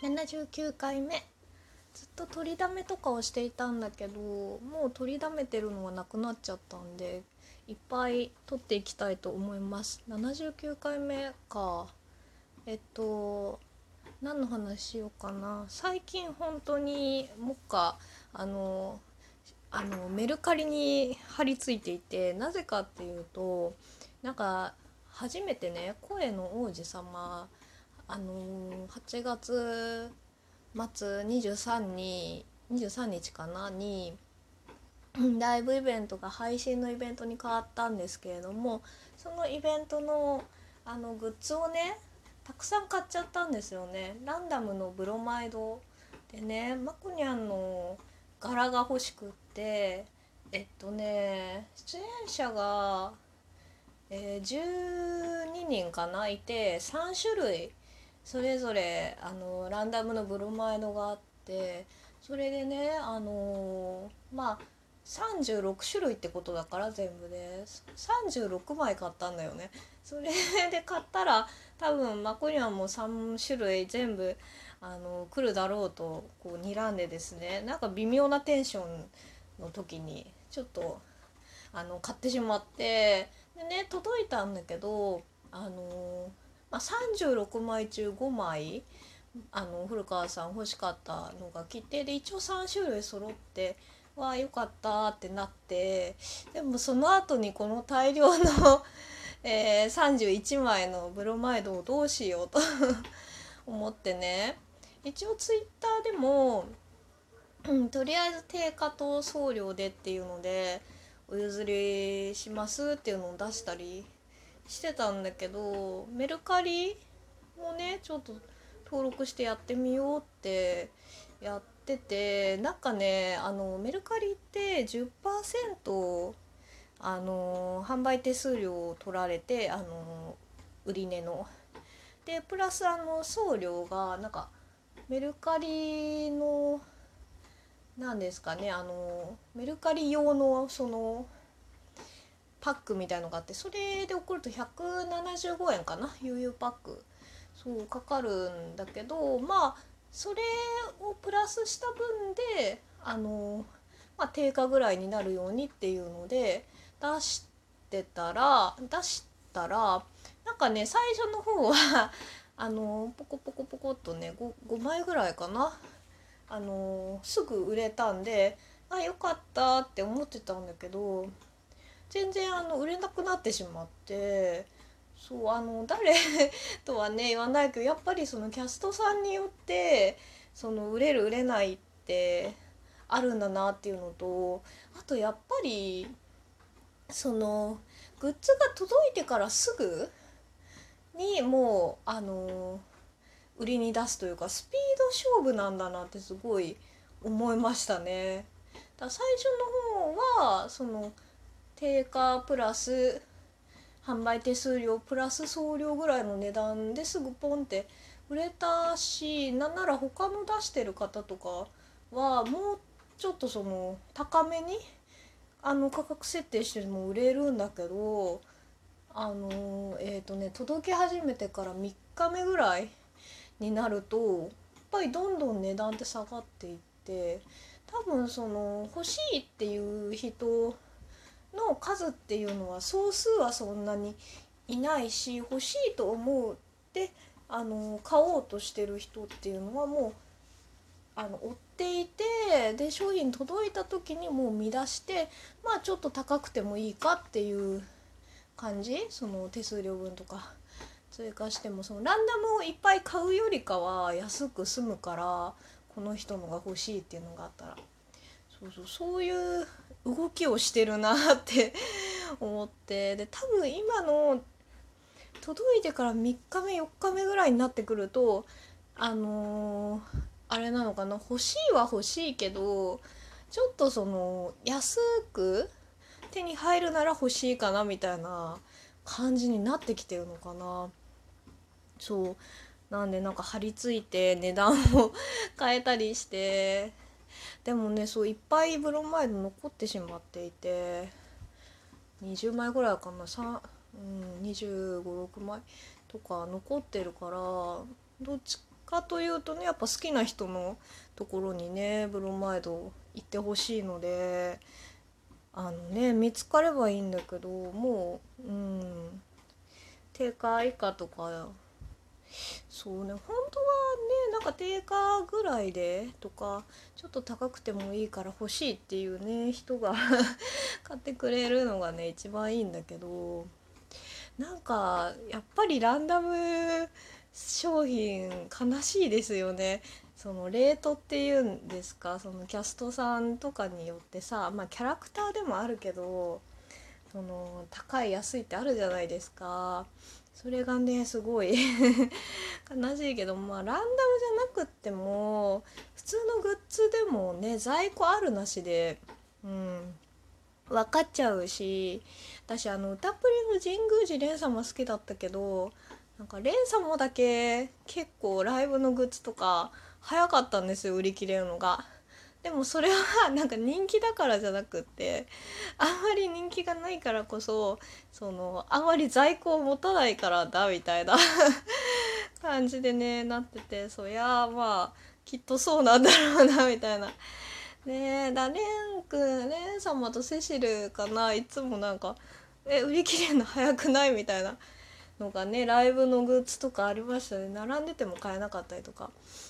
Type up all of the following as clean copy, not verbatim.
79回目。ずっと取りだめとかをしていたんだけど、もう取りだめてるのがなくなっちゃったんで、いっぱい取っていきたいと思います。79回目か。何の話しようかな。最近本当にもっかあのメルカリに張り付いていて、なぜかっていうと、なんか初めてね、声の王子様、8月末23日かなにライブイベントが配信のイベントに変わったんですけれども、そのイベントのグッズをね、たくさん買っちゃったんですよね。ランダムのブロマイドでね、まこにゃんの柄が欲しくって、出演者が、12人かないて、3種類それぞれランダムのブロマイドがあって、それでね、36種類ってことだから、全部で36枚買ったんだよね。それで買ったら多分マコニャンも3種類全部来るだろうとこう睨んでですね、なんか微妙なテンションの時にちょっと買ってしまって、でね、届いたんだけど、36枚中5枚古川さん欲しかったのが来て、で一応3種類揃って、わあよかったってなって、でもその後にこの大量の31枚のブロマイドをどうしようと思ってね、一応ツイッターでも、とりあえず定価と送料でっていうのでお譲りしますっていうのを出したりしてたんだけど、メルカリもねちょっと登録してやってみようってやってて、なんかねメルカリって10%販売手数料を取られて、売り値のでプラス送料がなんかメルカリのなんですかね、メルカリ用のそのパックみたいのがあって、それで送ると175円かな、悠々パックそうかかるんだけど、まあそれをプラスした分で定価ぐらいになるようにっていうので出したらなんかね、最初の方はポコポコポコっとね 5枚ぐらいかな、すぐ売れたんで、あよかったって思ってたんだけど、全然売れなくなってしまって、そう誰とはね言わないけど、やっぱりそのキャストさんによってその売れる売れないってあるんだなっていうのと、あとやっぱりそのグッズが届いてからすぐにもう売りに出すというか、スピード勝負なんだなってすごい思いましたね。だから最初の方はその定価プラス販売手数料プラス送料ぐらいの値段ですぐポンって売れたし、なんなら他の出してる方とかはもうちょっとその高めに価格設定しても売れるんだけど、届き始めてから3日目ぐらいになるとやっぱりどんどん値段って下がっていって、多分その欲しいっていう人の数っていうのは総数はそんなにいないし、欲しいと思って買おうとしてる人っていうのはもう追っていて、で商品届いた時にもう見出して、まあちょっと高くてもいいかっていう感じ、その手数料分とか追加しても、そのランダムをいっぱい買うよりかは安く済むから、この人のが欲しいっていうのがあったら、そういう動きをしてるなって思って、で多分今の届いてから3日目4日目ぐらいになってくるとあれなのかな、欲しいは欲しいけどちょっとその安く手に入るなら欲しいかなみたいな感じになってきてるのかな。そうなんで、なんか張り付いて値段を変えたりして、でもね、そういっぱいブロマイド残ってしまっていて、20枚ぐらいかな、25、6枚とか残ってるから、どっちかというとね、やっぱ好きな人のところにねブロマイド行ってほしいので、見つかればいいんだけど、もう定価以下とか、そうね、本当はねなんか定価ぐらいでとか、ちょっと高くてもいいから欲しいっていうね人が買ってくれるのがね一番いいんだけど、なんかやっぱりランダム商品悲しいですよね。そのレートっていうんですか、そのキャストさんとかによってさ、まあキャラクターでもあるけど、その高い安いってあるじゃないですか。それがねすごい悲しいけど、まあランダムじゃなくっても普通のグッズでもね在庫あるなしで分かっちゃうし、私歌プリの神宮寺蓮様好きだったけど、なんか蓮様だけ結構ライブのグッズとか早かったんですよ、売り切れるのが。でもそれはなんか人気だからじゃなくって、あんまり人気がないからこそ、あんまり在庫を持たないからだみたいな感じでねなってて、そりゃあまあきっとそうなんだろうなみたいな。ねえ、レン君、レン様とセシルかな、いつもなんか売り切れるの早くないみたいなのがね、ライブのグッズとかありましたね。並んでても買えなかったりとか、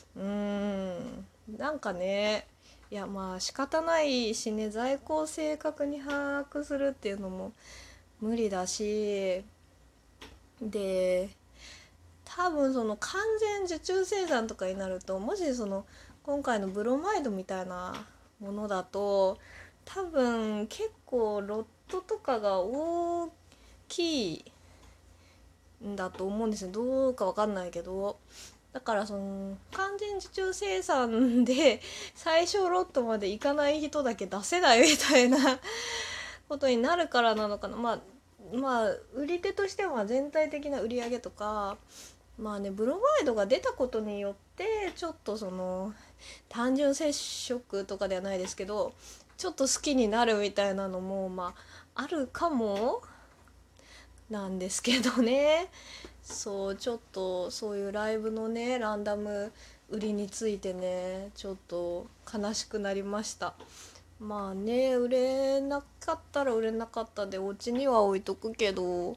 なんかね、いやまあ仕方ないしね、在庫を正確に把握するっていうのも無理だし、で多分その完全受注生産とかになると、もし今回のブロマイドみたいなものだと、多分結構ロットとかが大きいんだと思うんですよ。どうかわかんないけど、だから完全受注生産で最小ロットまでいかない人だけ出せないみたいなことになるからなのかな。まあ売り手としては全体的な売り上げとか、まあね、ブロマイドが出たことによってちょっと単純接触とかではないですけど、ちょっと好きになるみたいなのもまああるかもなんですけどね。そうちょっとそういうライブのねランダム売りについてねちょっと悲しくなりました。まあね、売れなかったら売れなかったでお家には置いとくけど、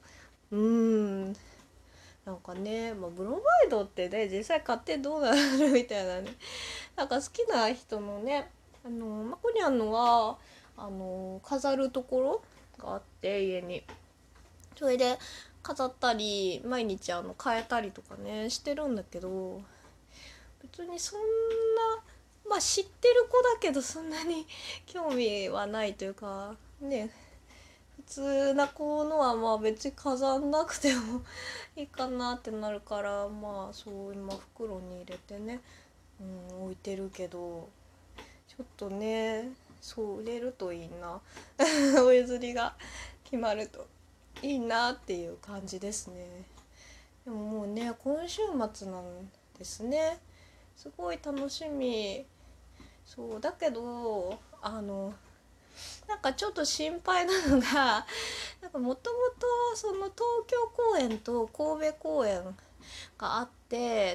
なんかね、まあ、ブロマイドってね実際買ってどうなるみたいなね、なんか好きな人のね、まこにゃんのは飾るところがあって家に、それで飾ったり毎日変えたりとかねしてるんだけど、別にそんな、まあ知ってる子だけどそんなに興味はないというかね、普通な子のはまあ別に飾んなくてもいいかなってなるから、まあそう今袋に入れてね、置いてるけど、ちょっとねそう売れるといいなお譲りが決まるといいなっていう感じですね。でももうね今週末なんですね。すごい楽しみ。そうだけどなんかちょっと心配なのが、なんかもともとその東京公演と神戸公演があって、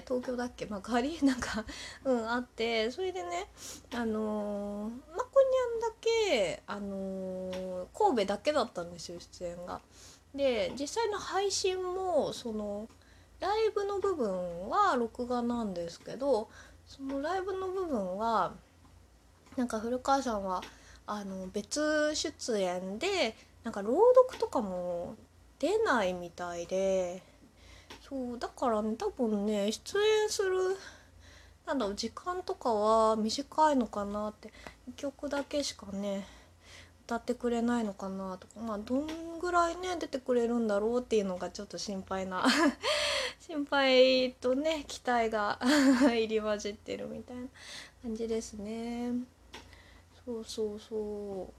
東京だっけ、まあ仮なんかあって、それでねまこにゃんだけ神戸だけだったんですよ、出演が。で実際の配信もライブの部分は録画なんですけど、そのライブの部分はなんか古川さんは別出演でなんか朗読とかも出ないみたいで、そうだからね多分ね出演する時間とかは短いのかなって、1曲だけしかね歌ってくれないのかなとか、まあどんぐらいね出てくれるんだろうっていうのがちょっと心配な心配とね期待が入り混じってるみたいな感じですね。そうそうそう、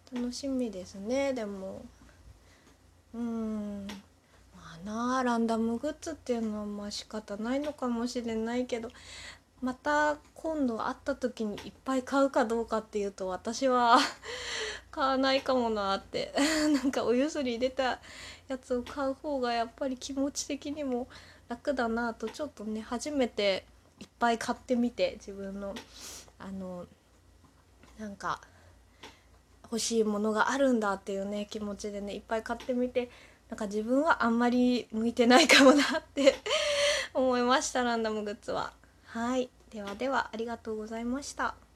楽しみですね。でもまあランダムグッズっていうのはまあ仕方ないのかもしれないけど、 また今度会った時にいっぱい買うかどうかっていうと、私は買わないかもなってなんかおゆすり入れたやつを買う方がやっぱり気持ち的にも楽だなと、ちょっとね初めていっぱい買ってみて、自分のなんか欲しいものがあるんだっていうね気持ちでねいっぱい買ってみて、なんか自分はあんまり向いてないかもなって思いました、ランダムグッズは。はい、ではではありがとうございました。